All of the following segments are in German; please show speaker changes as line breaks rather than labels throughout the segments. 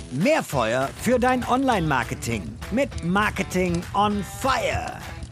Mehr Feuer für dein Online-Marketing mit Marketing on Fire.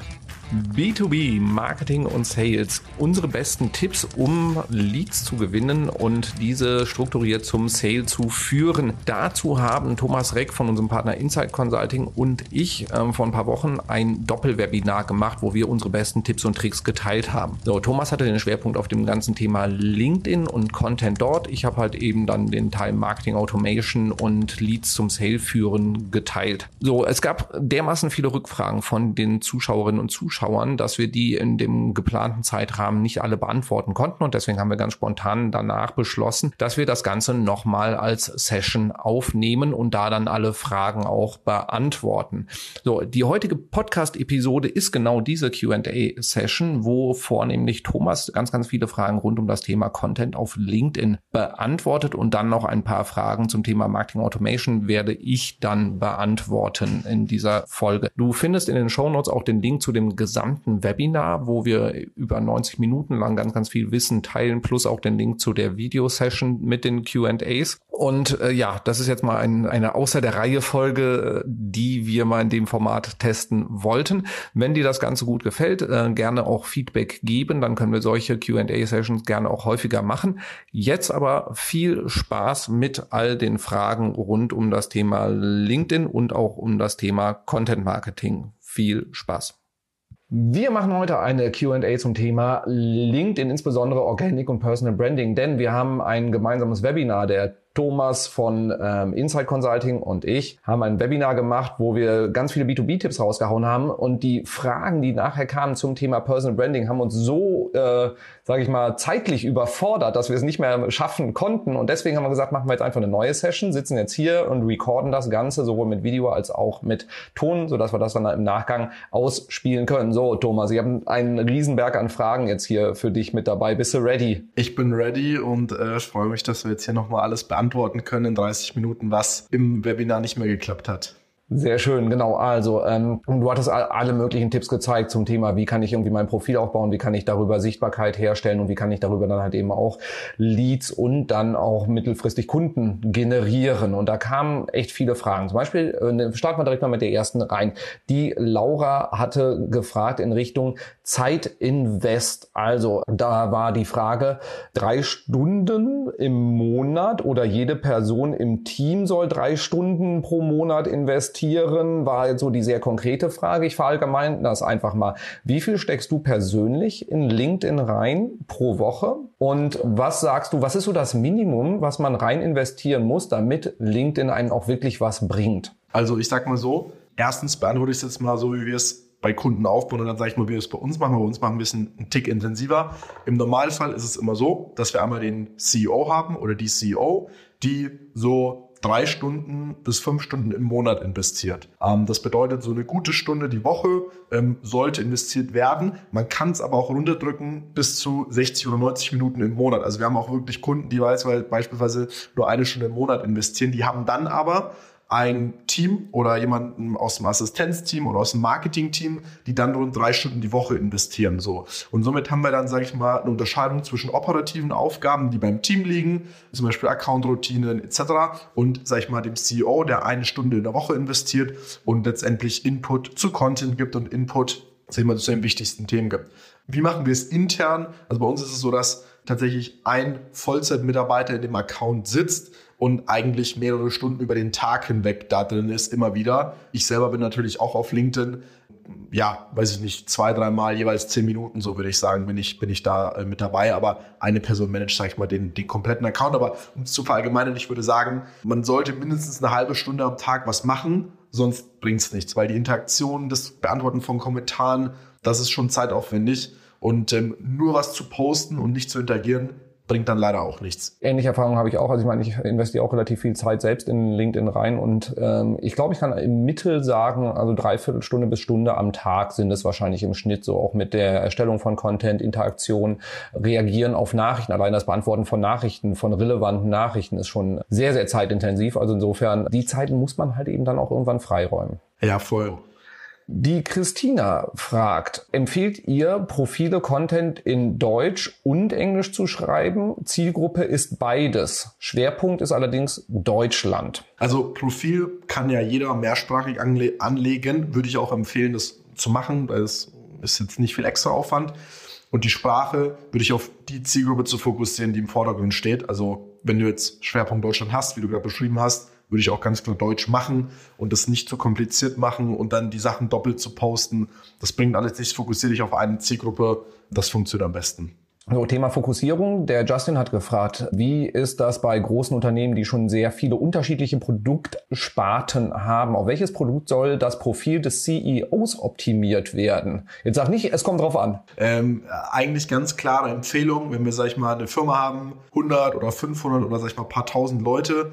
B2B, Marketing und Sales. Unsere besten Tipps, um Leads zu gewinnen und diese strukturiert zum Sale zu führen. Dazu haben Thomas Reck von unserem Partner Insight Consulting und ich vor ein paar Wochen ein Doppelwebinar gemacht, wo wir unsere besten Tipps und Tricks geteilt haben. So, Thomas hatte den Schwerpunkt auf dem ganzen Thema LinkedIn und Content dort. Ich habe halt eben dann den Teil Marketing Automation und Leads zum Sale führen geteilt. So, es gab dermaßen viele Rückfragen von den Zuschauerinnen und Zuschauern, dass wir die in dem geplanten Zeitrahmen nicht alle beantworten konnten und deswegen haben wir ganz spontan danach beschlossen, dass wir das Ganze nochmal als Session aufnehmen und da dann alle Fragen auch beantworten. So, die heutige Podcast-Episode ist genau diese Q&A-Session, wo vornehmlich Thomas ganz, ganz viele Fragen rund um das Thema Content auf LinkedIn beantwortet und dann noch ein paar Fragen zum Thema Marketing Automation werde ich dann beantworten in dieser Folge. Du findest in den Shownotes auch den Link zu dem gesamten Webinar, wo wir über 90 Minuten lang ganz, ganz viel Wissen teilen, plus auch den Link zu der Video-Session mit den Q&As. Und das ist jetzt mal eine Außer-der-Reihe-Folge, die wir mal in dem Format testen wollten. Wenn dir das Ganze gut gefällt, gerne auch Feedback geben, dann können wir solche Q&A-Sessions gerne auch häufiger machen. Jetzt aber viel Spaß mit all den Fragen rund um das Thema LinkedIn und auch um das Thema Content-Marketing. Viel Spaß! Wir machen heute eine Q&A zum Thema LinkedIn, insbesondere Organic und Personal Branding, denn wir haben ein gemeinsames Webinar, der Thomas von Insight Consulting und ich haben ein Webinar gemacht, wo wir ganz viele B2B-Tipps rausgehauen haben und die Fragen, die nachher kamen zum Thema Personal Branding, haben uns so, zeitlich überfordert, dass wir es nicht mehr schaffen konnten und deswegen haben wir gesagt, machen wir jetzt einfach eine neue Session, sitzen jetzt hier und recorden das Ganze sowohl mit Video als auch mit Ton, sodass wir das dann im Nachgang ausspielen können. So, Thomas, ich habe einen Riesenberg an Fragen jetzt hier für dich mit dabei. Bist du ready?
Ich bin ready und ich freue mich, dass wir jetzt hier nochmal alles beantworten können in 30 Minuten, was im Webinar nicht mehr geklappt hat.
Sehr schön, genau. Also du hattest alle möglichen Tipps gezeigt zum Thema, wie kann ich irgendwie mein Profil aufbauen, wie kann ich darüber Sichtbarkeit herstellen und wie kann ich darüber dann halt eben auch Leads und dann auch mittelfristig Kunden generieren. Und da kamen echt viele Fragen. Zum Beispiel, starten wir direkt mal mit der ersten rein. Die Laura hatte gefragt in Richtung Zeitinvest. Also da war die Frage, 3 Stunden im Monat oder jede Person im Team soll 3 Stunden pro Monat investieren, war jetzt so die sehr konkrete Frage. Ich verallgemeine das einfach mal. Wie viel steckst du persönlich in LinkedIn rein pro Woche? Und was sagst du, was ist so das Minimum, was man rein investieren muss, damit LinkedIn einen auch wirklich was bringt?
Also ich sag mal so, erstens beantworte ich es jetzt mal so, wie wir es bei Kunden aufbauen und dann sage ich mal, wie wir es bei uns machen. Bei uns machen wir es einen Tick intensiver. Im Normalfall ist es immer so, dass wir einmal den CEO haben oder die CEO, die so 3 Stunden bis 5 Stunden im Monat investiert. Das bedeutet, so eine gute Stunde die Woche sollte investiert werden. Man kann es aber auch runterdrücken bis zu 60 oder 90 Minuten im Monat. Also wir haben auch wirklich Kunden, die beispielsweise nur 1 Stunde im Monat investieren. Die haben dann aber ein Team oder jemanden aus dem Assistenzteam oder aus dem Marketingteam, die dann rund 3 Stunden die Woche investieren. So. Und somit haben wir dann, sage ich mal, eine Unterscheidung zwischen operativen Aufgaben, die beim Team liegen, zum Beispiel Account-Routinen etc. und, sage ich mal, dem CEO, der 1 Stunde in der Woche investiert und letztendlich Input zu Content gibt und Input, sag ich mal, zu den wichtigsten Themen gibt. Wie machen wir es intern? Also bei uns ist es so, dass tatsächlich ein Vollzeitmitarbeiter in dem Account sitzt und eigentlich mehrere Stunden über den Tag hinweg da drin ist, immer wieder. Ich selber bin natürlich auch auf LinkedIn. Ja, weiß ich nicht, 2-3 Mal jeweils 10 Minuten, so würde ich sagen, bin ich da mit dabei. Aber eine Person managt, sag ich mal, den kompletten Account. Aber um es zu verallgemeinern, ich würde sagen, man sollte mindestens eine halbe Stunde am Tag was machen, sonst bringt es nichts. Weil die Interaktion, das Beantworten von Kommentaren, das ist schon zeitaufwendig. Und nur was zu posten und nicht zu interagieren, bringt dann leider auch nichts.
Ähnliche Erfahrungen habe ich auch. Also ich meine, ich investiere auch relativ viel Zeit selbst in LinkedIn rein und ich glaube, ich kann im Mittel sagen, also 3/4 Stunde bis Stunde am Tag sind es wahrscheinlich im Schnitt, so auch mit der Erstellung von Content, Interaktion, Reagieren auf Nachrichten. Allein das Beantworten von Nachrichten, von relevanten Nachrichten ist schon sehr, sehr zeitintensiv. Also insofern, die Zeiten muss man halt eben dann auch irgendwann freiräumen.
Ja, voll.
Die Christina fragt, empfiehlt ihr, Profile, Content in Deutsch und Englisch zu schreiben? Zielgruppe ist beides. Schwerpunkt ist allerdings Deutschland.
Also Profil kann ja jeder mehrsprachig anlegen. Würde ich auch empfehlen, das zu machen, weil es ist jetzt nicht viel extra Aufwand. Und die Sprache würde ich auf die Zielgruppe zu fokussieren, die im Vordergrund steht. Also wenn du jetzt Schwerpunkt Deutschland hast, wie du gerade beschrieben hast, würde ich auch ganz klar Deutsch machen und das nicht zu kompliziert machen und dann die Sachen doppelt zu posten. Das bringt alles nichts. Fokussiere dich auf eine Zielgruppe. Das funktioniert am besten.
So, Thema Fokussierung. Der Justin hat gefragt, wie ist das bei großen Unternehmen, die schon sehr viele unterschiedliche Produktsparten haben? Auf welches Produkt soll das Profil des CEOs optimiert werden? Jetzt sag nicht, es kommt drauf an.
Eigentlich ganz klare Empfehlung, wenn wir, sag ich mal, eine Firma haben, 100 oder 500 oder, sag ich mal, ein paar tausend Leute,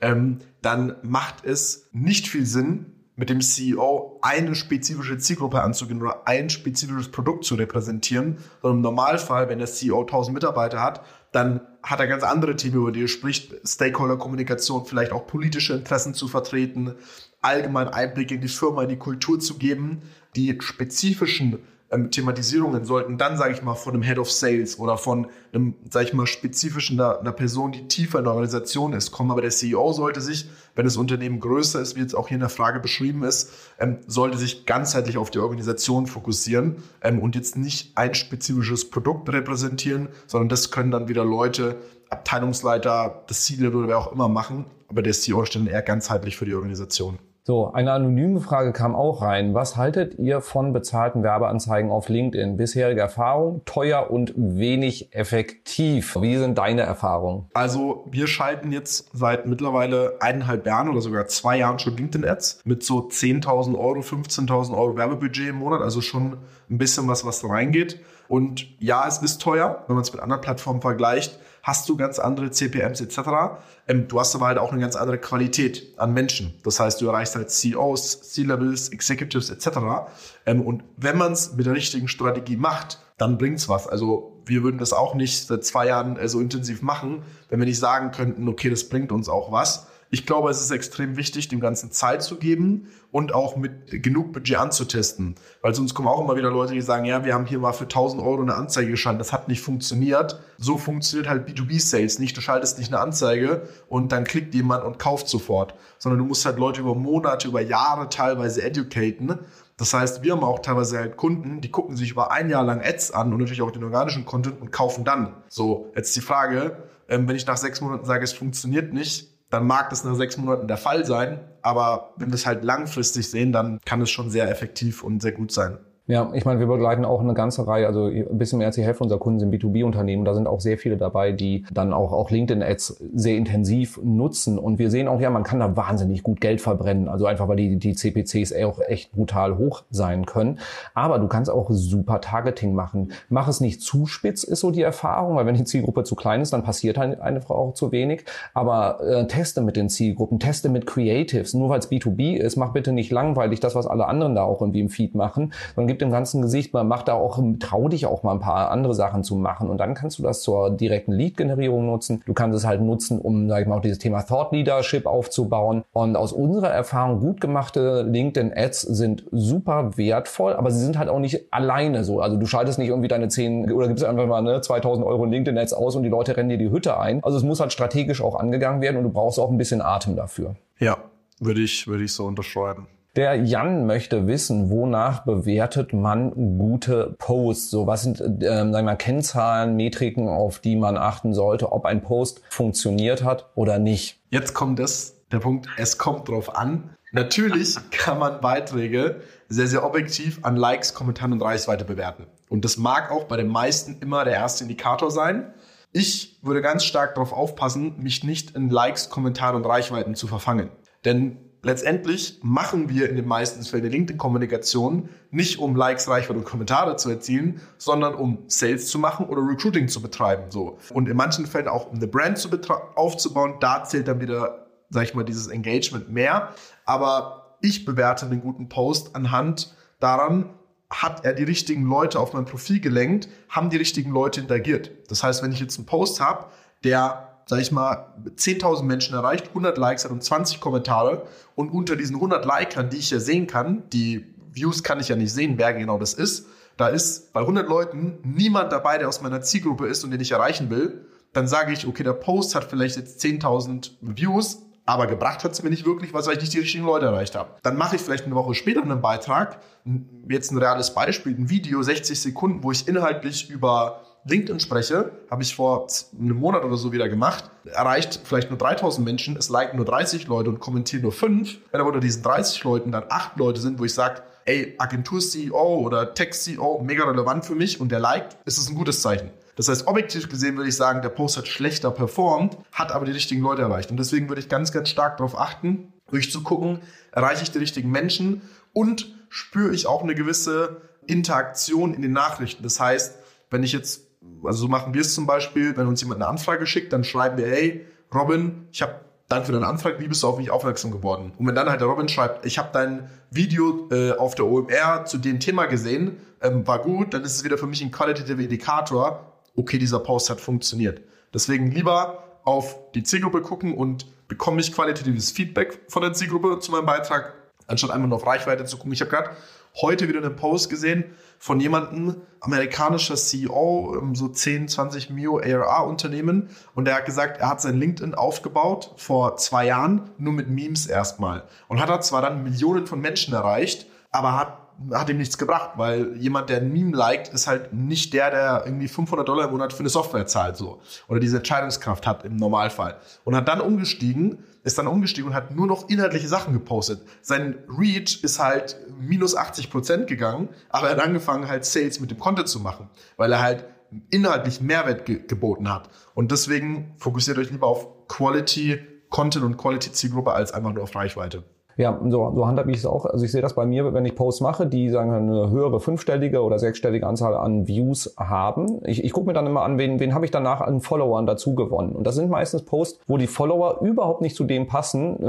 dann macht es nicht viel Sinn, mit dem CEO eine spezifische Zielgruppe anzugehen oder ein spezifisches Produkt zu repräsentieren, sondern im Normalfall, wenn der CEO 1000 Mitarbeiter hat, dann hat er ganz andere Themen, über die er spricht, Stakeholder-Kommunikation, vielleicht auch politische Interessen zu vertreten, allgemein Einblick in die Firma, in die Kultur zu geben. Die spezifischen Thematisierungen sollten dann, sage ich mal, von einem Head of Sales oder von einem, sage ich mal, spezifischen einer Person, die tiefer in der Organisation ist, kommen. Aber der CEO sollte sich, wenn das Unternehmen größer ist, wie jetzt auch hier in der Frage beschrieben ist, sollte sich ganzheitlich auf die Organisation fokussieren und jetzt nicht ein spezifisches Produkt repräsentieren, sondern das können dann wieder Leute, Abteilungsleiter, das C-Level oder wer auch immer machen. Aber der CEO steht dann eher ganzheitlich für die Organisation.
So, eine anonyme Frage kam auch rein. Was haltet ihr von bezahlten Werbeanzeigen auf LinkedIn? Bisherige Erfahrung, teuer und wenig effektiv. Wie sind deine Erfahrungen?
Also wir schalten jetzt seit mittlerweile 1,5 Jahren oder sogar 2 Jahren schon LinkedIn-Ads mit so 10.000 Euro, 15.000 Euro Werbebudget im Monat. Also schon ein bisschen was da reingeht. Und ja, es ist teuer, wenn man es mit anderen Plattformen vergleicht. Hast du ganz andere CPMs etc. Du hast aber halt auch eine ganz andere Qualität an Menschen. Das heißt, du erreichst halt CEOs, C-Levels, Executives etc. Und wenn man es mit der richtigen Strategie macht, dann bringt's was. Also wir würden das auch nicht seit 2 Jahren so intensiv machen, wenn wir nicht sagen könnten, okay, das bringt uns auch was. Ich glaube, es ist extrem wichtig, dem Ganzen Zeit zu geben und auch mit genug Budget anzutesten. Weil sonst kommen auch immer wieder Leute, die sagen, ja, wir haben hier mal für 1.000 Euro eine Anzeige geschaltet, das hat nicht funktioniert. So funktioniert halt B2B-Sales nicht. Du schaltest nicht eine Anzeige und dann klickt jemand und kauft sofort. Sondern du musst halt Leute über Monate, über Jahre teilweise educaten. Das heißt, wir haben auch teilweise halt Kunden, die gucken sich über 1 Jahr lang Ads an und natürlich auch den organischen Content und kaufen dann. So, jetzt die Frage, wenn ich nach 6 Monaten sage, es funktioniert nicht, dann mag das nach 6 Monaten der Fall sein, aber wenn wir es halt langfristig sehen, dann kann es schon sehr effektiv und sehr gut sein.
Ja, ich meine, wir begleiten auch eine ganze Reihe, also ein bisschen mehr als die Hälfte unserer Kunden sind B2B-Unternehmen. Da sind auch sehr viele dabei, die dann auch LinkedIn-Ads sehr intensiv nutzen. Und wir sehen auch, ja, man kann da wahnsinnig gut Geld verbrennen. Also einfach, weil die CPCs auch echt brutal hoch sein können. Aber du kannst auch super Targeting machen. Mach es nicht zu spitz, ist so die Erfahrung, weil wenn die Zielgruppe zu klein ist, dann passiert halt einfach auch zu wenig. Aber teste mit den Zielgruppen, teste mit Creatives. Nur weil es B2B ist, mach bitte nicht langweilig das, was alle anderen da auch irgendwie im Feed machen, sondern dem ganzen Gesicht, man macht da auch, trau dich auch mal ein paar andere Sachen zu machen und dann kannst du das zur direkten Lead-Generierung nutzen. Du kannst es halt nutzen, um, sag ich mal, auch dieses Thema Thought Leadership aufzubauen. Und aus unserer Erfahrung, gut gemachte LinkedIn-Ads sind super wertvoll, aber sie sind halt auch nicht alleine so. Also du schaltest nicht irgendwie deine 10 oder gibst einfach mal 2.000 Euro in LinkedIn-Ads aus und die Leute rennen dir die Hütte ein. Also es muss halt strategisch auch angegangen werden und du brauchst auch ein bisschen Atem dafür.
Ja, würde ich so unterschreiben.
Der Jan möchte wissen, wonach bewertet man gute Posts? So, was sind, sagen wir mal, Kennzahlen, Metriken, auf die man achten sollte, ob ein Post funktioniert hat oder nicht?
Jetzt kommt der Punkt, es kommt drauf an. Natürlich kann man Beiträge sehr, sehr objektiv an Likes, Kommentaren und Reichweite bewerten. Und das mag auch bei den meisten immer der erste Indikator sein. Ich würde ganz stark darauf aufpassen, mich nicht in Likes, Kommentaren und Reichweiten zu verfangen. Denn letztendlich machen wir in den meisten Fällen die LinkedIn-Kommunikation nicht, um Likes, Reichweite und Kommentare zu erzielen, sondern um Sales zu machen oder Recruiting zu betreiben. So. Und in manchen Fällen auch, um eine Brand aufzubauen. Da zählt dann wieder, sag ich mal, dieses Engagement mehr. Aber ich bewerte einen guten Post anhand daran, hat er die richtigen Leute auf mein Profil gelenkt, haben die richtigen Leute interagiert. Das heißt, wenn ich jetzt einen Post habe, der, sag ich mal, 10.000 Menschen erreicht, 100 Likes hat und 20 Kommentare und unter diesen 100 Likern, die ich ja sehen kann, die Views kann ich ja nicht sehen, wer genau das ist. Da ist bei 100 Leuten niemand dabei, der aus meiner Zielgruppe ist und den ich erreichen will. Dann sage ich, okay, der Post hat vielleicht jetzt 10.000 Views, aber gebracht hat es mir nicht wirklich, weil ich nicht die richtigen Leute erreicht habe. Dann mache ich vielleicht eine Woche später einen Beitrag, jetzt ein reales Beispiel, ein Video, 60 Sekunden, wo ich inhaltlich über LinkedIn spreche, habe ich vor einem Monat oder so wieder gemacht, erreicht vielleicht nur 3.000 Menschen, es liken nur 30 Leute und kommentieren nur 5. Wenn aber unter diesen 30 Leuten dann 8 Leute sind, wo ich sage, ey, Agentur-CEO oder Tech-CEO, mega relevant für mich und der liked, ist es ein gutes Zeichen. Das heißt, objektiv gesehen würde ich sagen, der Post hat schlechter performt, hat aber die richtigen Leute erreicht. Und deswegen würde ich ganz, ganz stark darauf achten, durchzugucken, erreiche ich die richtigen Menschen und spüre ich auch eine gewisse Interaktion in den Nachrichten. Das heißt, wenn ich jetzt, also so machen wir es zum Beispiel, wenn uns jemand eine Anfrage schickt, dann schreiben wir, hey, Robin, ich habe Danke für deine Anfrage, wie bist du auf mich aufmerksam geworden? Und wenn dann halt der Robin schreibt, ich habe dein Video auf der OMR zu dem Thema gesehen, war gut, dann ist es wieder für mich ein qualitativer Indikator, okay, dieser Post hat funktioniert. Deswegen lieber auf die Zielgruppe gucken und bekomme ich qualitatives Feedback von der Zielgruppe zu meinem Beitrag, anstatt einfach nur auf Reichweite zu gucken. Ich habe gerade heute wieder einen Post gesehen von jemandem, amerikanischer CEO, so 10, 20 Mio ARR-Unternehmen. Und der hat gesagt, er hat sein LinkedIn aufgebaut vor 2 Jahren, nur mit Memes erstmal. Und hat zwar dann Millionen von Menschen erreicht, aber hat ihm nichts gebracht, weil jemand, der ein Meme liked, ist halt nicht der irgendwie $500 im Monat für eine Software zahlt, so. Oder diese Entscheidungskraft hat im Normalfall. Und ist dann umgestiegen und hat nur noch inhaltliche Sachen gepostet. Sein Reach ist halt minus 80% gegangen, aber er hat angefangen halt Sales mit dem Content zu machen, weil er halt inhaltlich Mehrwert geboten hat. Und deswegen fokussiert euch lieber auf Quality Content und Quality Zielgruppe als einfach nur auf Reichweite.
Ja, so handhabe ich es auch. Also ich sehe das bei mir, wenn ich Posts mache, die sagen eine höhere 5-stellige oder 6-stellige Anzahl an Views haben. Ich gucke mir dann immer an, wen habe ich danach an Followern dazu gewonnen. Und das sind meistens Posts, wo die Follower überhaupt nicht zu dem passen,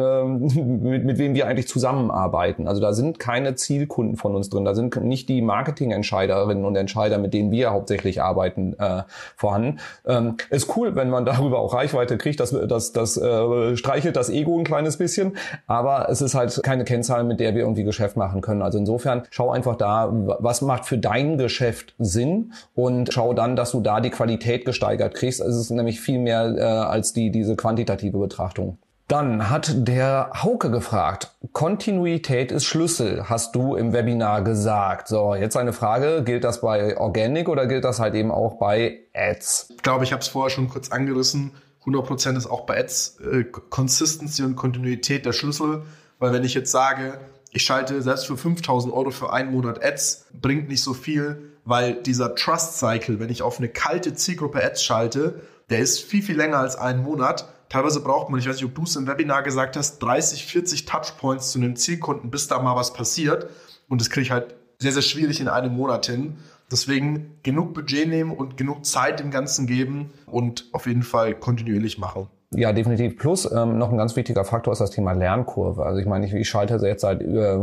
mit wem wir eigentlich zusammenarbeiten. Also da sind keine Zielkunden von uns drin. Da sind nicht die Marketingentscheiderinnen und Entscheider, mit denen wir hauptsächlich arbeiten, vorhanden. Ist cool, wenn man darüber auch Reichweite kriegt. Das streichelt das Ego ein kleines bisschen. Aber es ist halt keine Kennzahl, mit der wir irgendwie Geschäft machen können. Also insofern schau einfach da, was macht für dein Geschäft Sinn und schau dann, dass du da die Qualität gesteigert kriegst. Es ist nämlich viel mehr als diese quantitative Betrachtung. Dann hat der Hauke gefragt, Kontinuität ist Schlüssel, hast du im Webinar gesagt. So, jetzt eine Frage, gilt das bei Organic oder gilt das halt eben auch bei Ads?
Ich glaube, ich habe es vorher schon kurz angerissen. 100% ist auch bei Ads Consistency und Kontinuität der Schlüssel. Weil wenn ich jetzt sage, ich schalte selbst für 5.000 € für einen Monat Ads, bringt nicht so viel, weil dieser Trust-Cycle, wenn ich auf eine kalte Zielgruppe Ads schalte, der ist viel, viel länger als einen Monat. Teilweise braucht man, ich weiß nicht, ob du es im Webinar gesagt hast, 30, 40 Touchpoints zu einem Zielkunden, bis da mal was passiert. Und das kriege ich halt sehr, sehr schwierig in einem Monat hin. Deswegen genug Budget nehmen und genug Zeit dem Ganzen geben und auf jeden Fall kontinuierlich machen.
Ja, definitiv. Plus noch ein ganz wichtiger Faktor ist das Thema Lernkurve. Also ich meine, ich schalte jetzt seit,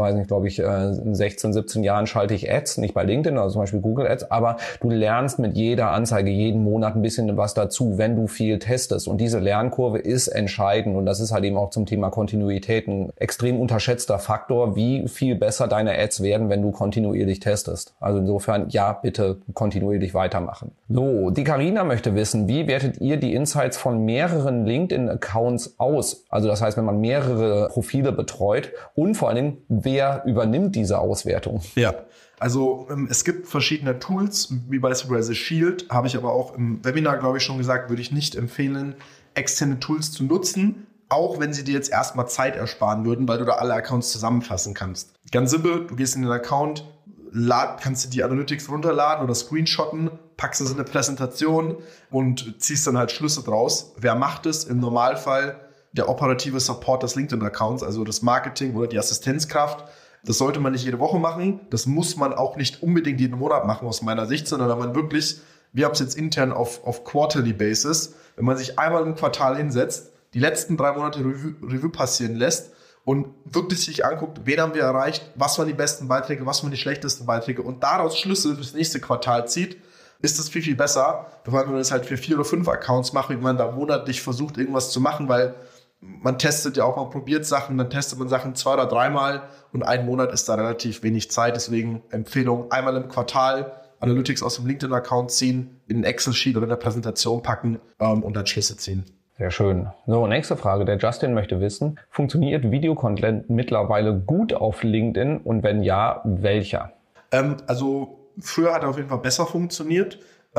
16, 17 Jahren schalte ich Ads, nicht bei LinkedIn, also zum Beispiel Google Ads, aber du lernst mit jeder Anzeige jeden Monat ein bisschen was dazu, wenn du viel testest. Und diese Lernkurve ist entscheidend und das ist halt eben auch zum Thema Kontinuität ein extrem unterschätzter Faktor, wie viel besser deine Ads werden, wenn du kontinuierlich testest. Also insofern, ja, bitte kontinuierlich weitermachen. So, die Carina möchte wissen, wie wertet ihr die Insights von mehreren LinkedIn-Accounts aus? Also das heißt, wenn man mehrere Profile betreut und vor allen Dingen, wer übernimmt diese Auswertung?
Ja, also es gibt verschiedene Tools, wie beispielsweise Shield, habe ich aber auch im Webinar, glaube ich, schon gesagt, würde ich nicht empfehlen, externe Tools zu nutzen, auch wenn sie dir jetzt erstmal Zeit ersparen würden, weil du da alle Accounts zusammenfassen kannst. Ganz simpel, du gehst in den Account, kannst du die Analytics runterladen oder screenshotten, packst es in eine Präsentation und ziehst dann halt Schlüsse draus. Wer macht es? Im Normalfall der operative Support des LinkedIn-Accounts, also das Marketing oder die Assistenzkraft. Das sollte man nicht jede Woche machen. Das muss man auch nicht unbedingt jeden Monat machen aus meiner Sicht, sondern wenn man wirklich, wir haben es jetzt intern auf Quarterly Basis, wenn man sich einmal im Quartal hinsetzt, die letzten 3 Monate Revue passieren lässt und wirklich sich anguckt, wen haben wir erreicht, was waren die besten Beiträge, was waren die schlechtesten Beiträge und daraus Schlüsse fürs nächste Quartal zieht, ist das viel, viel besser, bevor man das halt für 4 oder 5 Accounts macht, wie man da monatlich versucht, irgendwas zu machen, weil man testet ja auch, man probiert Sachen, dann testet man Sachen 2 oder 3 Mal und 1 Monat ist da relativ wenig Zeit. Deswegen Empfehlung, einmal im Quartal Analytics aus dem LinkedIn-Account ziehen, in ein Excel-Sheet oder in eine Präsentation packen und dann Schlüsse ziehen.
Sehr schön. So, nächste Frage. Der Justin möchte wissen, funktioniert Videocontent mittlerweile gut auf LinkedIn und wenn ja, welcher?
Also früher hat er auf jeden Fall besser funktioniert.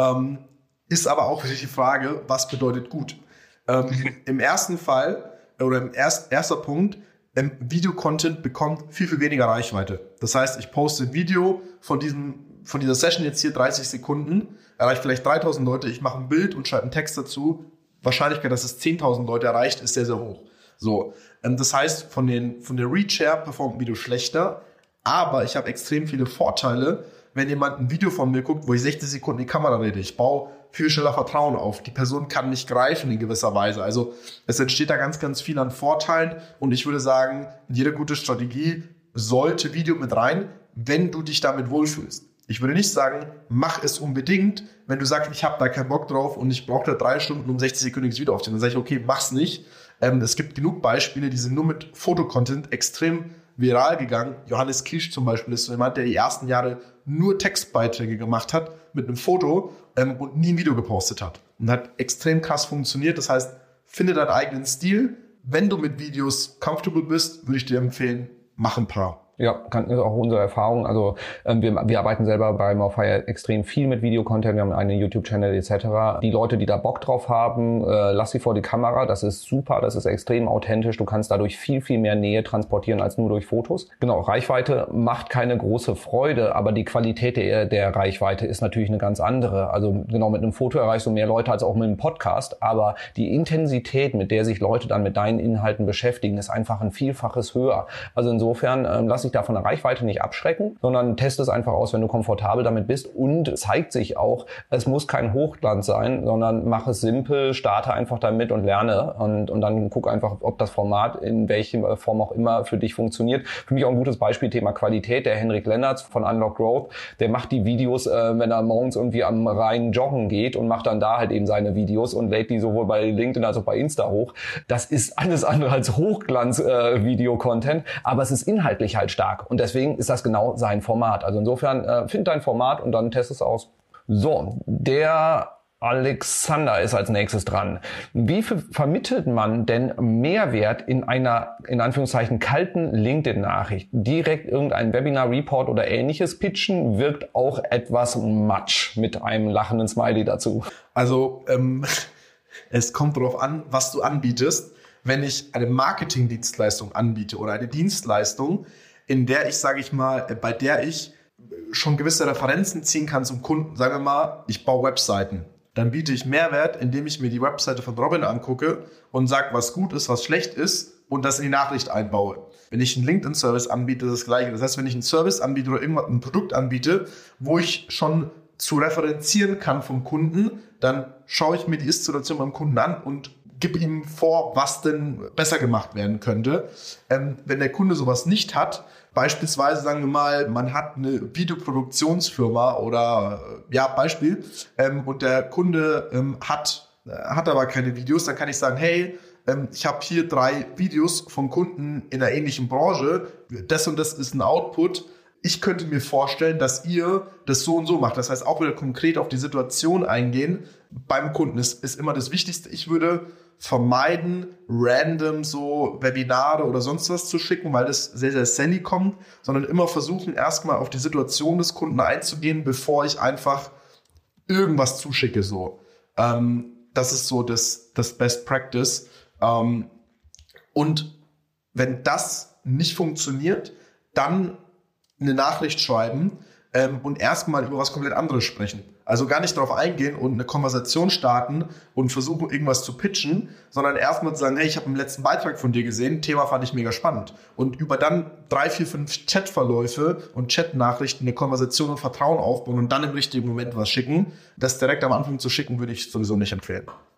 Ist aber auch wirklich die Frage, was bedeutet gut? Im ersten Fall oder im erster Punkt, Videocontent bekommt viel, viel weniger Reichweite. Das heißt, ich poste ein Video von dieser Session jetzt hier 30 Sekunden, erreicht vielleicht 3.000 Leute, ich mache ein Bild und schreibe einen Text dazu. Wahrscheinlichkeit, dass es 10.000 Leute erreicht, ist sehr, sehr hoch. So, das heißt, von der Reach her performt ein Video schlechter, aber ich habe extrem viele Vorteile, wenn jemand ein Video von mir guckt, wo ich 60 Sekunden in die Kamera rede. Ich baue viel schneller Vertrauen auf. Die Person kann mich greifen in gewisser Weise. Also es entsteht da ganz, ganz viel an Vorteilen und ich würde sagen, jede gute Strategie sollte Video mit rein, wenn du dich damit wohlfühlst. Ich würde nicht sagen, mach es unbedingt, wenn du sagst, ich habe da keinen Bock drauf und ich brauche da 3 Stunden, um 60-sekündiges Video aufzunehmen. Dann sage ich, okay, mach's nicht. Es gibt genug Beispiele, die sind nur mit Fotocontent extrem viral gegangen. Johannes Kisch zum Beispiel ist so jemand, der die ersten Jahre nur Textbeiträge gemacht hat mit einem Foto und nie ein Video gepostet hat. Und hat extrem krass funktioniert. Das heißt, finde deinen eigenen Stil. Wenn du mit Videos comfortable bist, würde ich dir empfehlen, mach ein paar.
Ja, ist auch unsere Erfahrung. Also wir arbeiten selber bei Morfire extrem viel mit Videocontent. Wir haben einen YouTube-Channel etc. Die Leute, die da Bock drauf haben, lass sie vor die Kamera. Das ist super, das ist extrem authentisch. Du kannst dadurch viel, viel mehr Nähe transportieren als nur durch Fotos. Genau, Reichweite macht keine große Freude, aber die Qualität der Reichweite ist natürlich eine ganz andere. Also genau, mit einem Foto erreichst du mehr Leute als auch mit einem Podcast, aber die Intensität, mit der sich Leute dann mit deinen Inhalten beschäftigen, ist einfach ein Vielfaches höher. Also insofern lass dich da von der Reichweite nicht abschrecken, sondern teste es einfach aus, wenn du komfortabel damit bist und zeigt sich auch, es muss kein Hochglanz sein, sondern mach es simpel, starte einfach damit und lerne und dann guck einfach, ob das Format in welcher Form auch immer für dich funktioniert. Für mich auch ein gutes Beispiel, Thema Qualität, der Henrik Lennertz von Unlock Growth, der macht die Videos, wenn er morgens irgendwie am Rhein joggen geht und macht dann da halt eben seine Videos und lädt die sowohl bei LinkedIn als auch bei Insta hoch. Das ist alles andere als Hochglanz-Video-Content, aber es ist inhaltlich halt stark und deswegen ist das genau sein Format. Also insofern find dein Format und dann test es aus. So, der Alexander ist als nächstes dran. Wie vermittelt man denn Mehrwert in einer, in Anführungszeichen, kalten LinkedIn-Nachricht? Direkt irgendein Webinar-Report oder ähnliches pitchen wirkt auch etwas matsch mit einem lachenden Smiley dazu.
Also es kommt darauf an, was du anbietest. Wenn ich eine Marketingdienstleistung anbiete oder eine Dienstleistung, in der ich, sage ich mal, bei der ich schon gewisse Referenzen ziehen kann zum Kunden, sagen wir mal, ich baue Webseiten, dann biete ich Mehrwert, indem ich mir die Webseite von Robin angucke und sage, was gut ist, was schlecht ist und das in die Nachricht einbaue. Wenn ich einen LinkedIn-Service anbiete, ist das Gleiche. Das heißt, wenn ich einen Service anbiete oder irgendwas, ein Produkt anbiete, wo ich schon zu referenzieren kann vom Kunden, dann schaue ich mir die Ist-Situation beim Kunden an und gib ihm vor, was denn besser gemacht werden könnte. Wenn der Kunde sowas nicht hat, beispielsweise sagen wir mal, man hat eine Videoproduktionsfirma oder Beispiel, und der Kunde hat aber keine Videos, dann kann ich sagen, hey, ich habe hier 3 Videos von Kunden in einer ähnlichen Branche, das und das ist ein Output. Ich könnte mir vorstellen, dass ihr das so und so macht. Das heißt, auch wieder konkret auf die Situation eingehen beim Kunden ist immer das Wichtigste. Ich würde vermeiden, random so Webinare oder sonst was zu schicken, weil das sehr, sehr selly kommt, sondern immer versuchen, erstmal auf die Situation des Kunden einzugehen, bevor ich einfach irgendwas zuschicke. So, das ist so das Best Practice. Und wenn das nicht funktioniert, dann eine Nachricht schreiben und erstmal über was komplett anderes sprechen. Also gar nicht darauf eingehen und eine Konversation starten und versuchen, irgendwas zu pitchen, sondern erstmal zu sagen, hey, ich habe einen letzten Beitrag von dir gesehen, Thema fand ich mega spannend. Und über dann 3, 4, 5 Chatverläufe und Chatnachrichten eine Konversation und Vertrauen aufbauen und dann im richtigen Moment was schicken. Das direkt am Anfang zu schicken, würde ich sowieso nicht empfehlen.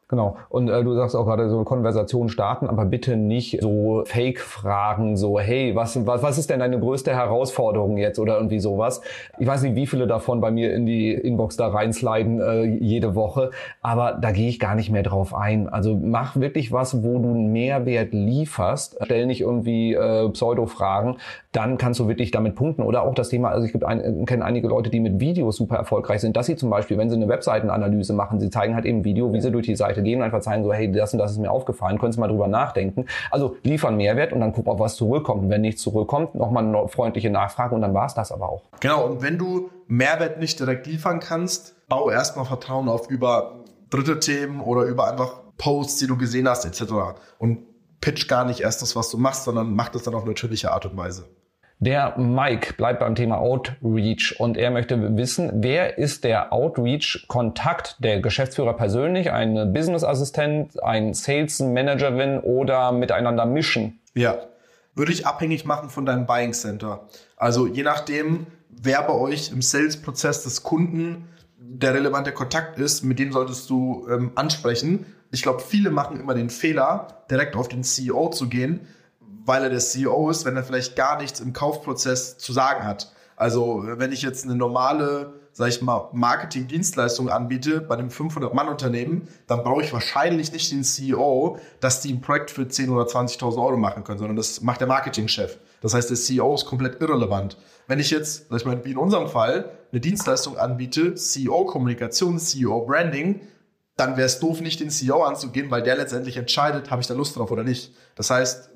Genau. Und du sagst auch gerade so eine Konversation starten, aber bitte nicht so Fake-Fragen, so hey, was ist denn deine größte Herausforderung jetzt oder irgendwie sowas. Ich weiß nicht, wie viele davon bei mir in die Inbox da reinsliden jede Woche, aber da gehe ich gar nicht mehr drauf ein. Also mach wirklich was, wo du einen Mehrwert lieferst. Stell nicht irgendwie Pseudo-Fragen, dann kannst du wirklich damit punkten. Oder auch das Thema, also ich kenne einige Leute, die mit Videos super erfolgreich sind, dass sie zum Beispiel, wenn sie eine Webseitenanalyse machen, sie zeigen halt eben Video, wie sie durch die Seite gehen und einfach zeigen so, hey, das und das ist mir aufgefallen, könntest du mal drüber nachdenken. Also liefern Mehrwert und dann gucken, ob was zurückkommt. Und wenn nichts zurückkommt, nochmal eine freundliche Nachfrage und dann war es das aber auch.
Genau, und wenn du Mehrwert nicht direkt liefern kannst, baue erstmal Vertrauen auf über dritte Themen oder über einfach Posts, die du gesehen hast, etc. Und pitch gar nicht erst das, was du machst, sondern mach das dann auf natürliche Art und Weise.
Der Mike bleibt beim Thema Outreach und er möchte wissen, wer ist der Outreach-Kontakt, der Geschäftsführer persönlich, ein Business-Assistent, ein Sales-Managerin oder miteinander mischen?
Ja, würde ich abhängig machen von deinem Buying Center. Also je nachdem, wer bei euch im Sales-Prozess des Kunden der relevante Kontakt ist, mit dem solltest du ansprechen. Ich glaube, viele machen immer den Fehler, direkt auf den CEO zu gehen, weil er der CEO ist, wenn er vielleicht gar nichts im Kaufprozess zu sagen hat. Also wenn ich jetzt eine normale, sag ich mal, Marketing-Dienstleistung anbiete bei einem 500-Mann-Unternehmen, dann brauche ich wahrscheinlich nicht den CEO, dass die ein Projekt für 10.000 oder 20.000 Euro machen können, sondern das macht der Marketingchef. Das heißt, der CEO ist komplett irrelevant. Wenn ich jetzt, sag ich mal, wie in unserem Fall, eine Dienstleistung anbiete, CEO-Kommunikation, CEO-Branding, dann wäre es doof, nicht den CEO anzugehen, weil der letztendlich entscheidet, habe ich da Lust drauf oder nicht. Das heißt,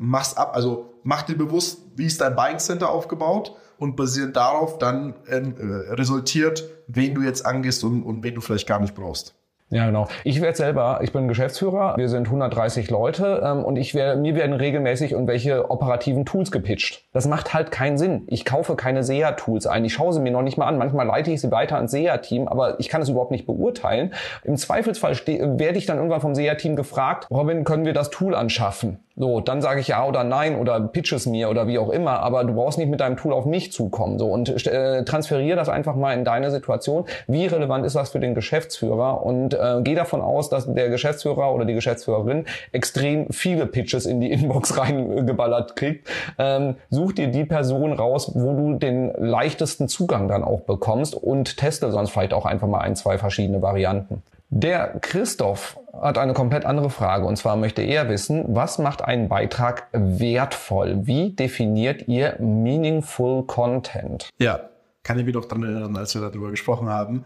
mach dir bewusst, wie ist dein Buying Center aufgebaut und basierend darauf dann resultiert, wen du jetzt angehst und wen du vielleicht gar nicht brauchst.
Ja, genau. Ich bin Geschäftsführer, wir sind 130 Leute und mir werden regelmäßig irgendwelche operativen Tools gepitcht. Das macht halt keinen Sinn. Ich kaufe keine SEA-Tools ein, ich schaue sie mir noch nicht mal an. Manchmal leite ich sie weiter ans SEA-Team, aber ich kann es überhaupt nicht beurteilen. Im Zweifelsfall werde ich dann irgendwann vom SEA-Team gefragt, Robin, können wir das Tool anschaffen? So, dann sage ich ja oder nein oder pitch es mir oder wie auch immer, aber du brauchst nicht mit deinem Tool auf mich zukommen. So, und transferiere das einfach mal in deine Situation. Wie relevant ist das für den Geschäftsführer? Und geh davon aus, dass der Geschäftsführer oder die Geschäftsführerin extrem viele Pitches in die Inbox reingeballert kriegt. Such dir die Person raus, wo du den leichtesten Zugang dann auch bekommst und teste sonst vielleicht auch einfach mal 1-2 verschiedene Varianten. Der Christoph hat eine komplett andere Frage und zwar möchte er wissen, was macht einen Beitrag wertvoll? Wie definiert ihr Meaningful Content?
Ja, kann ich mich noch dran erinnern, als wir darüber gesprochen haben.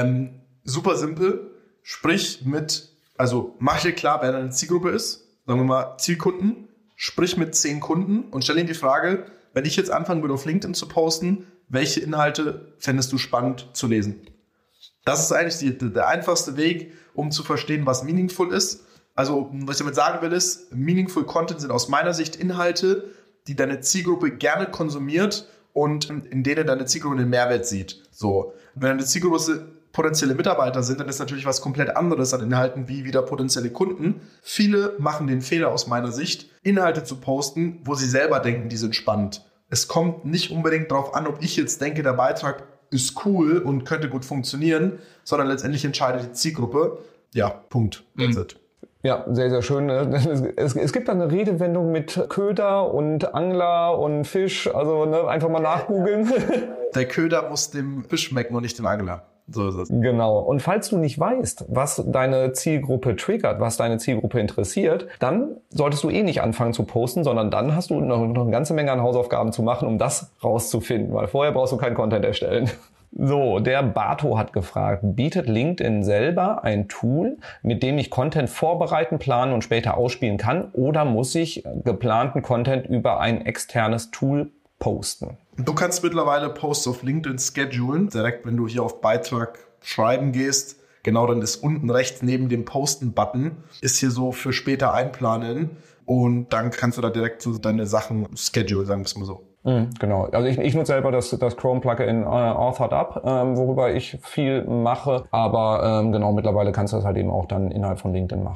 Super simpel, mach dir klar, wer deine Zielgruppe ist, sagen wir mal Zielkunden, sprich mit 10 Kunden und stell ihnen die Frage, wenn ich jetzt anfangen würde auf LinkedIn zu posten, welche Inhalte fändest du spannend zu lesen? Das ist eigentlich der einfachste Weg, um zu verstehen, was meaningful ist. Also, was ich damit sagen will, ist, meaningful Content sind aus meiner Sicht Inhalte, die deine Zielgruppe gerne konsumiert und in denen deine Zielgruppe den Mehrwert sieht. So. Wenn deine Zielgruppe potenzielle Mitarbeiter sind, dann ist natürlich was komplett anderes an Inhalten wie wieder potenzielle Kunden. Viele machen den Fehler aus meiner Sicht, Inhalte zu posten, wo sie selber denken, die sind spannend. Es kommt nicht unbedingt darauf an, ob ich jetzt denke, der Beitrag ist cool und könnte gut funktionieren, sondern letztendlich entscheidet die Zielgruppe. Ja, Punkt. That's it.
Ja, sehr, sehr schön. Es gibt da eine Redewendung mit Köder und Angler und Fisch. Also einfach mal nachgoogeln.
Der Köder muss dem Fisch schmecken und nicht dem Angler. So ist es.
Genau. Und falls du nicht weißt, was deine Zielgruppe triggert, was deine Zielgruppe interessiert, dann solltest du nicht anfangen zu posten, sondern dann hast du noch eine ganze Menge an Hausaufgaben zu machen, um das rauszufinden, weil vorher brauchst du keinen Content erstellen. So, der Bato hat gefragt, bietet LinkedIn selber ein Tool, mit dem ich Content vorbereiten, planen und später ausspielen kann, oder muss ich geplanten Content über ein externes Tool posten?
Du kannst mittlerweile Posts auf LinkedIn schedulen. Direkt, wenn du hier auf Beitrag schreiben gehst, genau, dann ist unten rechts neben dem Posten-Button, ist hier so für später einplanen. Und dann kannst du da direkt so deine Sachen schedule, sagen wir es mal so.
Genau. Also ich nutze selber das Chrome-Plugin Authored Up, worüber ich viel mache. Aber genau, mittlerweile kannst du das halt eben auch dann innerhalb von LinkedIn machen.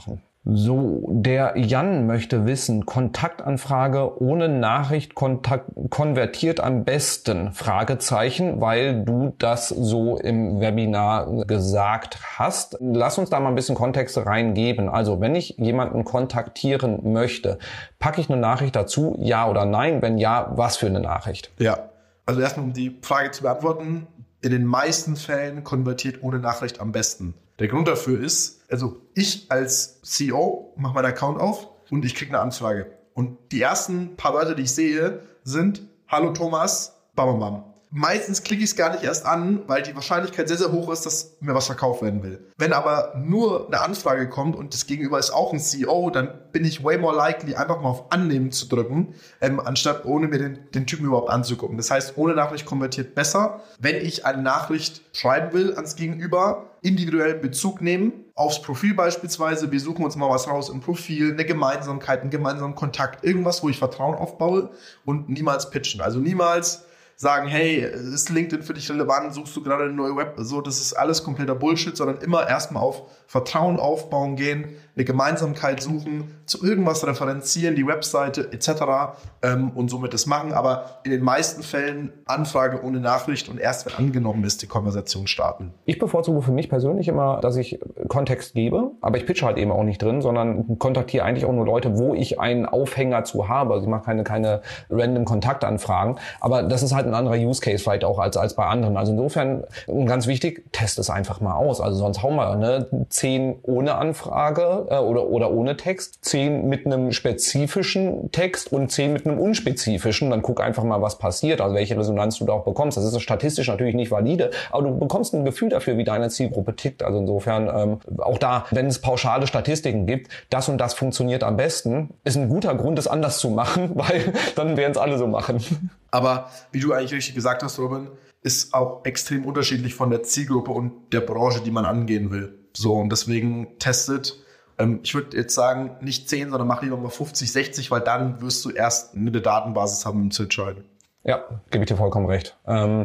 So, der Jan möchte wissen, Kontaktanfrage ohne Nachricht konvertiert am besten? Fragezeichen, weil du das so im Webinar gesagt hast. Lass uns da mal ein bisschen Kontext reingeben. Also, wenn ich jemanden kontaktieren möchte, packe ich eine Nachricht dazu, ja oder nein? Wenn ja, was für eine Nachricht?
Ja, also erstmal um die Frage zu beantworten, in den meisten Fällen konvertiert ohne Nachricht am besten. Der Grund dafür ist, also ich als CEO mache meinen Account auf und ich kriege eine Anfrage. Und die ersten paar Wörter, die ich sehe, sind Hallo Thomas, bam, bam, bam. Meistens klicke ich es gar nicht erst an, weil die Wahrscheinlichkeit sehr, sehr hoch ist, dass mir was verkauft werden will. Wenn aber nur eine Anfrage kommt und das Gegenüber ist auch ein CEO, dann bin ich way more likely, einfach mal auf Annehmen zu drücken, anstatt ohne mir den Typen überhaupt anzugucken. Das heißt, ohne Nachricht konvertiert besser. Wenn ich eine Nachricht schreiben will ans Gegenüber, individuell Bezug nehmen, aufs Profil beispielsweise, wir suchen uns mal was raus im Profil, eine Gemeinsamkeit, einen gemeinsamen Kontakt, irgendwas, wo ich Vertrauen aufbaue und niemals pitchen. Also niemals sagen, hey, ist LinkedIn für dich relevant, suchst du gerade eine neue Web, so, das ist alles kompletter Bullshit, sondern immer erstmal auf Vertrauen aufbauen gehen, eine Gemeinsamkeit suchen, zu irgendwas referenzieren, die Webseite etc. Und somit das machen, aber in den meisten Fällen Anfrage ohne Nachricht und erst wenn angenommen ist, die Konversation starten.
Ich bevorzuge für mich persönlich immer, dass ich Kontext gebe, aber ich pitche halt eben auch nicht drin, sondern kontaktiere eigentlich auch nur Leute, wo ich einen Aufhänger zu habe. Also ich mache keine random Kontaktanfragen, aber das ist halt ein anderer Use Case vielleicht auch als bei anderen. Also insofern, ganz wichtig, test es einfach mal aus. Also sonst hauen wir 10 ohne Anfrage oder ohne Text, 10 mit einem spezifischen Text und 10 mit einem unspezifischen. Dann guck einfach mal, was passiert, also welche Resonanz du da auch bekommst. Das ist statistisch natürlich nicht valide, aber du bekommst ein Gefühl dafür, wie deine Zielgruppe tickt. Also insofern auch da, wenn es pauschale Statistiken gibt, das und das funktioniert am besten, ist ein guter Grund, es anders zu machen, weil dann werden es alle so machen.
Aber wie du eigentlich richtig gesagt hast, Robin, ist auch extrem unterschiedlich von der Zielgruppe und der Branche, die man angehen will. So, und deswegen testet. Ich würde jetzt sagen, nicht 10, sondern mach lieber mal 50, 60, weil dann wirst du erst eine Datenbasis haben, um zu entscheiden.
Ja, gebe ich dir vollkommen recht.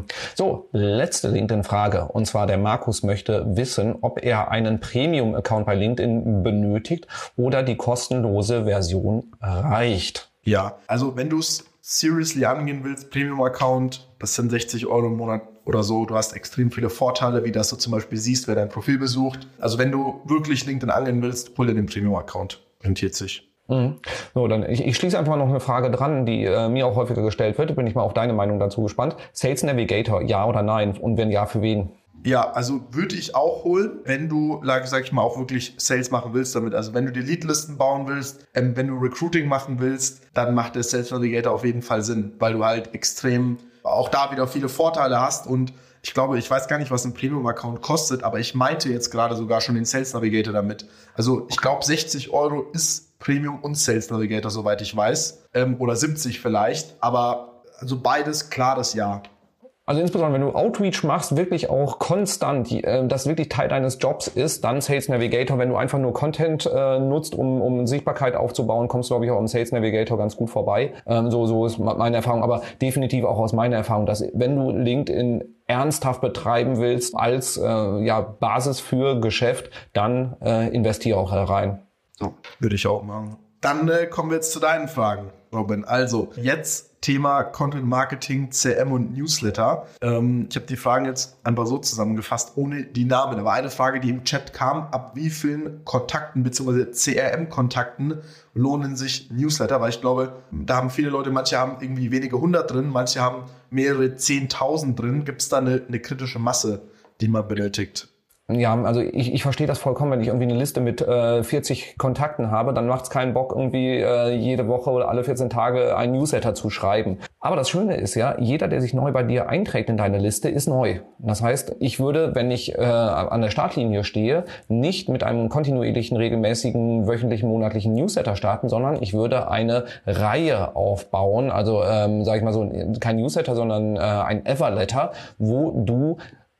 So, letzte LinkedIn-Frage. Und zwar der Markus möchte wissen, ob er einen Premium-Account bei LinkedIn benötigt oder die kostenlose Version reicht.
Ja, also wenn du es seriously angehen willst, Premium-Account, das sind 60 € im Monat oder so. Du hast extrem viele Vorteile, wie dass du zum Beispiel siehst, wer dein Profil besucht. Also wenn du wirklich LinkedIn angehen willst, hol dir den Premium-Account. Rentiert sich.
So, dann ich schließe einfach mal noch eine Frage dran, die mir auch häufiger gestellt wird. Bin ich mal auf deine Meinung dazu gespannt. Sales Navigator, ja oder nein? Und wenn ja, für wen?
Ja, also würde ich auch holen, wenn du, sag ich mal, auch wirklich Sales machen willst damit. Also wenn du die Leadlisten bauen willst, wenn du Recruiting machen willst, dann macht der Sales Navigator auf jeden Fall Sinn, weil du halt extrem auch da wieder viele Vorteile hast. Und ich glaube, ich weiß gar nicht, was ein Premium-Account kostet, aber ich meinte jetzt gerade sogar schon den Sales Navigator damit. Also ich glaube, 60 € ist Premium und Sales Navigator, soweit ich weiß. Oder 70 vielleicht, aber also beides klar das Ja.
Also insbesondere, wenn du Outreach machst, wirklich auch konstant, das wirklich Teil deines Jobs ist, dann Sales Navigator. Wenn du einfach nur Content nutzt, um Sichtbarkeit aufzubauen, kommst du, glaube ich, auch im Sales Navigator ganz gut vorbei. So ist meine Erfahrung, aber definitiv auch aus meiner Erfahrung, dass wenn du LinkedIn ernsthaft betreiben willst als Basis für Geschäft, dann investiere auch rein.
So, würde ich auch machen. Dann kommen wir jetzt zu deinen Fragen, Robin. Also jetzt Thema Content Marketing, CRM und Newsletter. Ich habe die Fragen jetzt einfach so zusammengefasst, ohne die Namen. Aber eine Frage, die im Chat kam, ab wie vielen Kontakten bzw. CRM-Kontakten lohnen sich Newsletter? Weil ich glaube, da haben viele Leute, manche haben irgendwie wenige 100 drin, manche haben mehrere 10.000 drin. Gibt es da eine kritische Masse, die man benötigt?
Ja, also ich verstehe das vollkommen, wenn ich irgendwie eine Liste mit 40 Kontakten habe, dann macht es keinen Bock, irgendwie jede Woche oder alle 14 Tage ein Newsletter zu schreiben. Aber das Schöne ist ja, jeder, der sich neu bei dir einträgt in deine Liste, ist neu. Das heißt, ich würde, wenn ich an der Startlinie stehe, nicht mit einem kontinuierlichen, regelmäßigen, wöchentlichen, monatlichen Newsletter starten, sondern ich würde eine Reihe aufbauen, also sage ich mal so, kein Newsletter, sondern ein Everletter, wo du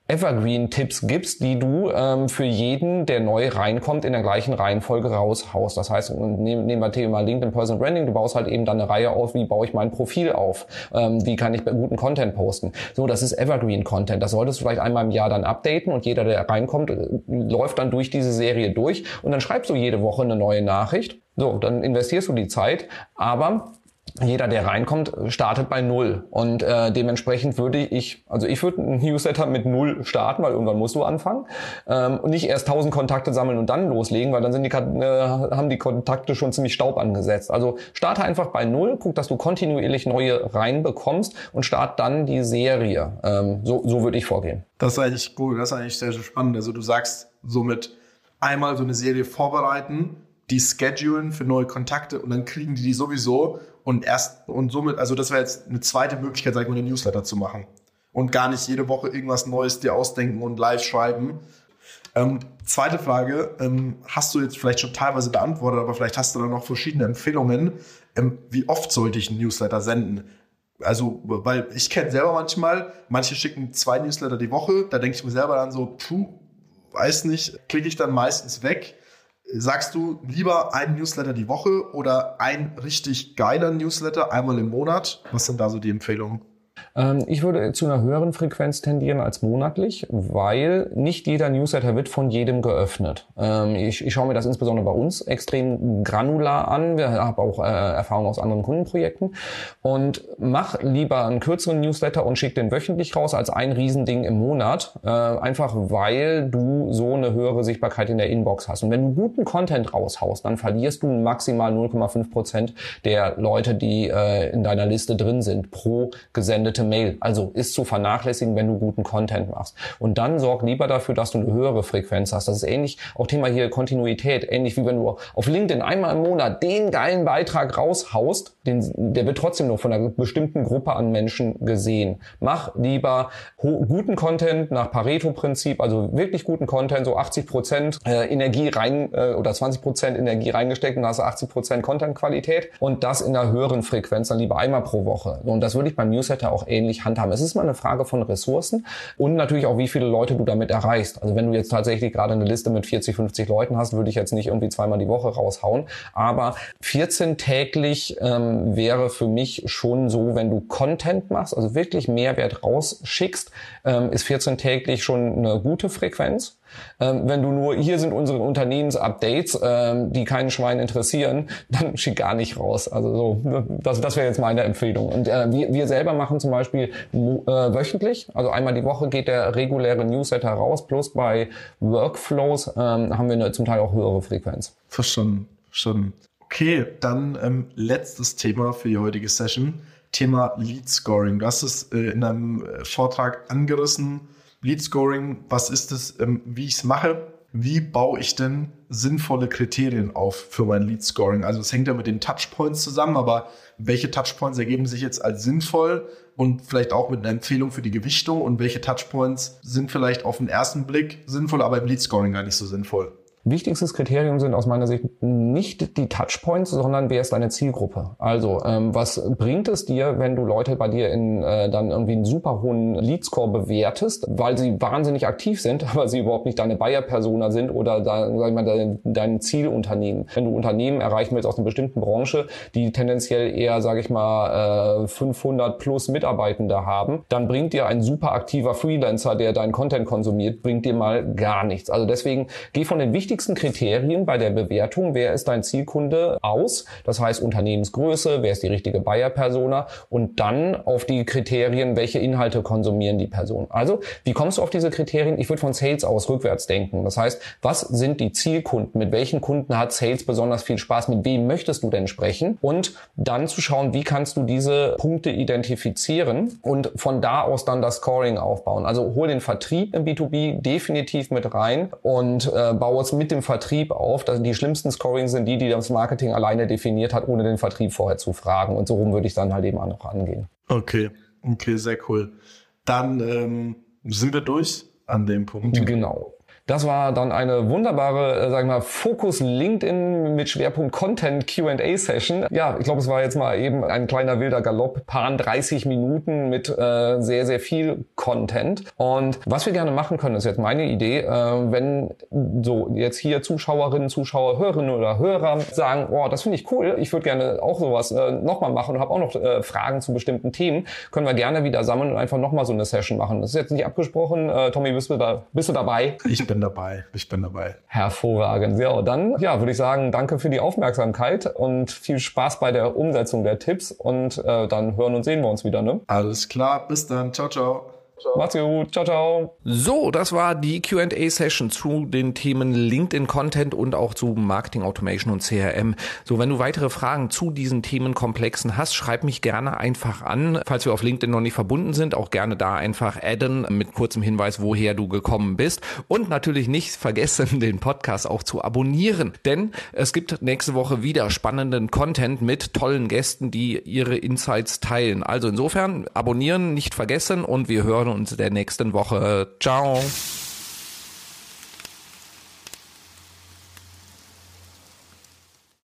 Evergreen-Tipps gibst, die du für jeden, der neu reinkommt, in der gleichen Reihenfolge raushaust. Das heißt, nehmen wir Thema LinkedIn Personal Branding, du baust halt eben dann eine Reihe auf, wie baue ich mein Profil auf, wie kann ich guten Content posten. So, das ist Evergreen-Content. Das solltest du vielleicht einmal im Jahr dann updaten und jeder, der reinkommt, läuft dann durch diese Serie durch und dann schreibst du jede Woche eine neue Nachricht. So, dann investierst du die Zeit, aber jeder, der reinkommt, startet bei 0 und dementsprechend würde ich würde einen Newsletter mit 0 starten, weil irgendwann musst du anfangen und nicht erst 1000 Kontakte sammeln und dann loslegen, weil dann haben die Kontakte schon ziemlich Staub angesetzt. Also starte einfach bei 0, guck, dass du kontinuierlich neue reinbekommst und start dann die Serie. So würde ich vorgehen.
Das ist eigentlich cool, das ist eigentlich sehr, sehr spannend. Also du sagst somit einmal so eine Serie vorbereiten, die schedulen für neue Kontakte und dann kriegen die sowieso und somit, also das wäre jetzt eine zweite Möglichkeit, sag ich mal, einen Newsletter zu machen und gar nicht jede Woche irgendwas Neues dir ausdenken und live schreiben. Zweite Frage, hast du jetzt vielleicht schon teilweise beantwortet, aber vielleicht hast du da noch verschiedene Empfehlungen. Wie oft sollte ich einen Newsletter senden? Also, weil ich kenne selber manche schicken 2 Newsletter die Woche, da denke ich mir selber dann so, weiß nicht, klicke ich dann meistens weg. Sagst du lieber einen Newsletter die Woche oder ein richtig geiler Newsletter einmal im Monat? Was sind da so die Empfehlungen?
Ich würde zu einer höheren Frequenz tendieren als monatlich, weil nicht jeder Newsletter wird von jedem geöffnet. Ich schaue mir das insbesondere bei uns extrem granular an. Wir haben auch Erfahrungen aus anderen Kundenprojekten. Und mach lieber einen kürzeren Newsletter und schick den wöchentlich raus als ein Riesending im Monat. Einfach weil du so eine höhere Sichtbarkeit in der Inbox hast. Und wenn du guten Content raushaust, dann verlierst du maximal 0,5% der Leute, die in deiner Liste drin sind, pro gesendete Mail. Also ist zu vernachlässigen, wenn du guten Content machst. Und dann sorg lieber dafür, dass du eine höhere Frequenz hast. Das ist ähnlich, auch Thema hier Kontinuität, ähnlich wie wenn du auf LinkedIn einmal im Monat den geilen Beitrag raushaust, der wird trotzdem nur von einer bestimmten Gruppe an Menschen gesehen. Mach lieber guten Content nach Pareto-Prinzip, also wirklich guten Content, so 80% Energie rein oder 20% Energie reingesteckt und hast 80% Content-Qualität und das in einer höheren Frequenz, dann lieber einmal pro Woche. Und das würde ich beim Newsletter auch ähnlich handhaben. Es ist mal eine Frage von Ressourcen und natürlich auch, wie viele Leute du damit erreichst. Also wenn du jetzt tatsächlich gerade eine Liste mit 40, 50 Leuten hast, würde ich jetzt nicht irgendwie 2-mal die Woche raushauen. Aber 14 täglich wäre für mich schon so, wenn du Content machst, also wirklich Mehrwert rausschickst, ist 14 täglich schon eine gute Frequenz. Wenn du nur, hier sind unsere Unternehmensupdates, die keinen Schwein interessieren, dann schick gar nicht raus. Also so, das wäre jetzt meine Empfehlung. Und wir selber machen zum Beispiel wöchentlich, also einmal die Woche geht der reguläre Newsletter raus, plus bei Workflows haben wir zum Teil auch höhere Frequenz.
Verstanden. Okay, dann letztes Thema für die heutige Session, Thema Lead Scoring. Du hast es in einem Vortrag angerissen. Lead Scoring, was ist es, wie ich es mache? Wie baue ich denn sinnvolle Kriterien auf für mein Lead Scoring? Also es hängt ja mit den Touchpoints zusammen, aber welche Touchpoints ergeben sich jetzt als sinnvoll und vielleicht auch mit einer Empfehlung für die Gewichtung und welche Touchpoints sind vielleicht auf den ersten Blick sinnvoll, aber im Lead Scoring gar nicht so sinnvoll?
Wichtigstes Kriterium sind aus meiner Sicht nicht die Touchpoints, sondern wer ist deine Zielgruppe? Also was bringt es dir, wenn du Leute bei dir in dann irgendwie einen super hohen Lead-Score bewertest, weil sie wahnsinnig aktiv sind, aber sie überhaupt nicht deine Buyer-Persona sind oder dein Zielunternehmen. Wenn du Unternehmen erreichen willst aus einer bestimmten Branche, die tendenziell eher, 500 plus Mitarbeitende haben, dann bringt dir ein super aktiver Freelancer, der deinen Content konsumiert, bringt dir mal gar nichts. Also deswegen geh von den wichtigsten Kriterien bei der Bewertung, wer ist dein Zielkunde aus, das heißt Unternehmensgröße, wer ist die richtige Buyer-Persona und dann auf die Kriterien, welche Inhalte konsumieren die Personen. Also, wie kommst du auf diese Kriterien? Ich würde von Sales aus rückwärts denken. Das heißt, was sind die Zielkunden? Mit welchen Kunden hat Sales besonders viel Spaß? Mit wem möchtest du denn sprechen? Und dann zu schauen, wie kannst du diese Punkte identifizieren und von da aus dann das Scoring aufbauen. Also hol den Vertrieb im B2B definitiv mit rein und baue es mit dem Vertrieb auf. Also die schlimmsten Scorings sind die das Marketing alleine definiert hat, ohne den Vertrieb vorher zu fragen. Und so rum würde ich dann halt eben auch noch angehen.
Okay, sehr cool. Dann sind wir durch an dem Punkt.
Genau. Das war dann eine wunderbare, sagen wir mal, Fokus LinkedIn mit Schwerpunkt Content Q&A Session. Ja, ich glaube, es war jetzt mal eben ein kleiner wilder Galopp, paar 30 Minuten mit sehr, sehr viel Content. Und was wir gerne machen können, ist jetzt meine Idee, wenn so jetzt hier Zuschauerinnen, Zuschauer, Hörerinnen oder Hörer sagen, oh, das finde ich cool, ich würde gerne auch sowas nochmal machen und habe auch noch Fragen zu bestimmten Themen, können wir gerne wieder sammeln und einfach nochmal so eine Session machen. Das ist jetzt nicht abgesprochen. Tommy, bist du dabei?
Ich bin dabei.
Hervorragend. Ja, dann würde ich sagen, danke für die Aufmerksamkeit und viel Spaß bei der Umsetzung der Tipps und dann hören und sehen wir uns wieder, ne?
Alles klar, bis dann. Ciao, ciao.
Macht's gut. Ciao, ciao.
So, das war die Q&A-Session zu den Themen LinkedIn-Content und auch zu Marketing Automation und CRM. So, wenn du weitere Fragen zu diesen Themenkomplexen hast, schreib mich gerne einfach an. Falls wir auf LinkedIn noch nicht verbunden sind, auch gerne da einfach adden mit kurzem Hinweis, woher du gekommen bist. Und natürlich nicht vergessen, den Podcast auch zu abonnieren. Denn es gibt nächste Woche wieder spannenden Content mit tollen Gästen, die ihre Insights teilen. Also insofern abonnieren nicht vergessen und wir hören uns der nächsten Woche. Ciao.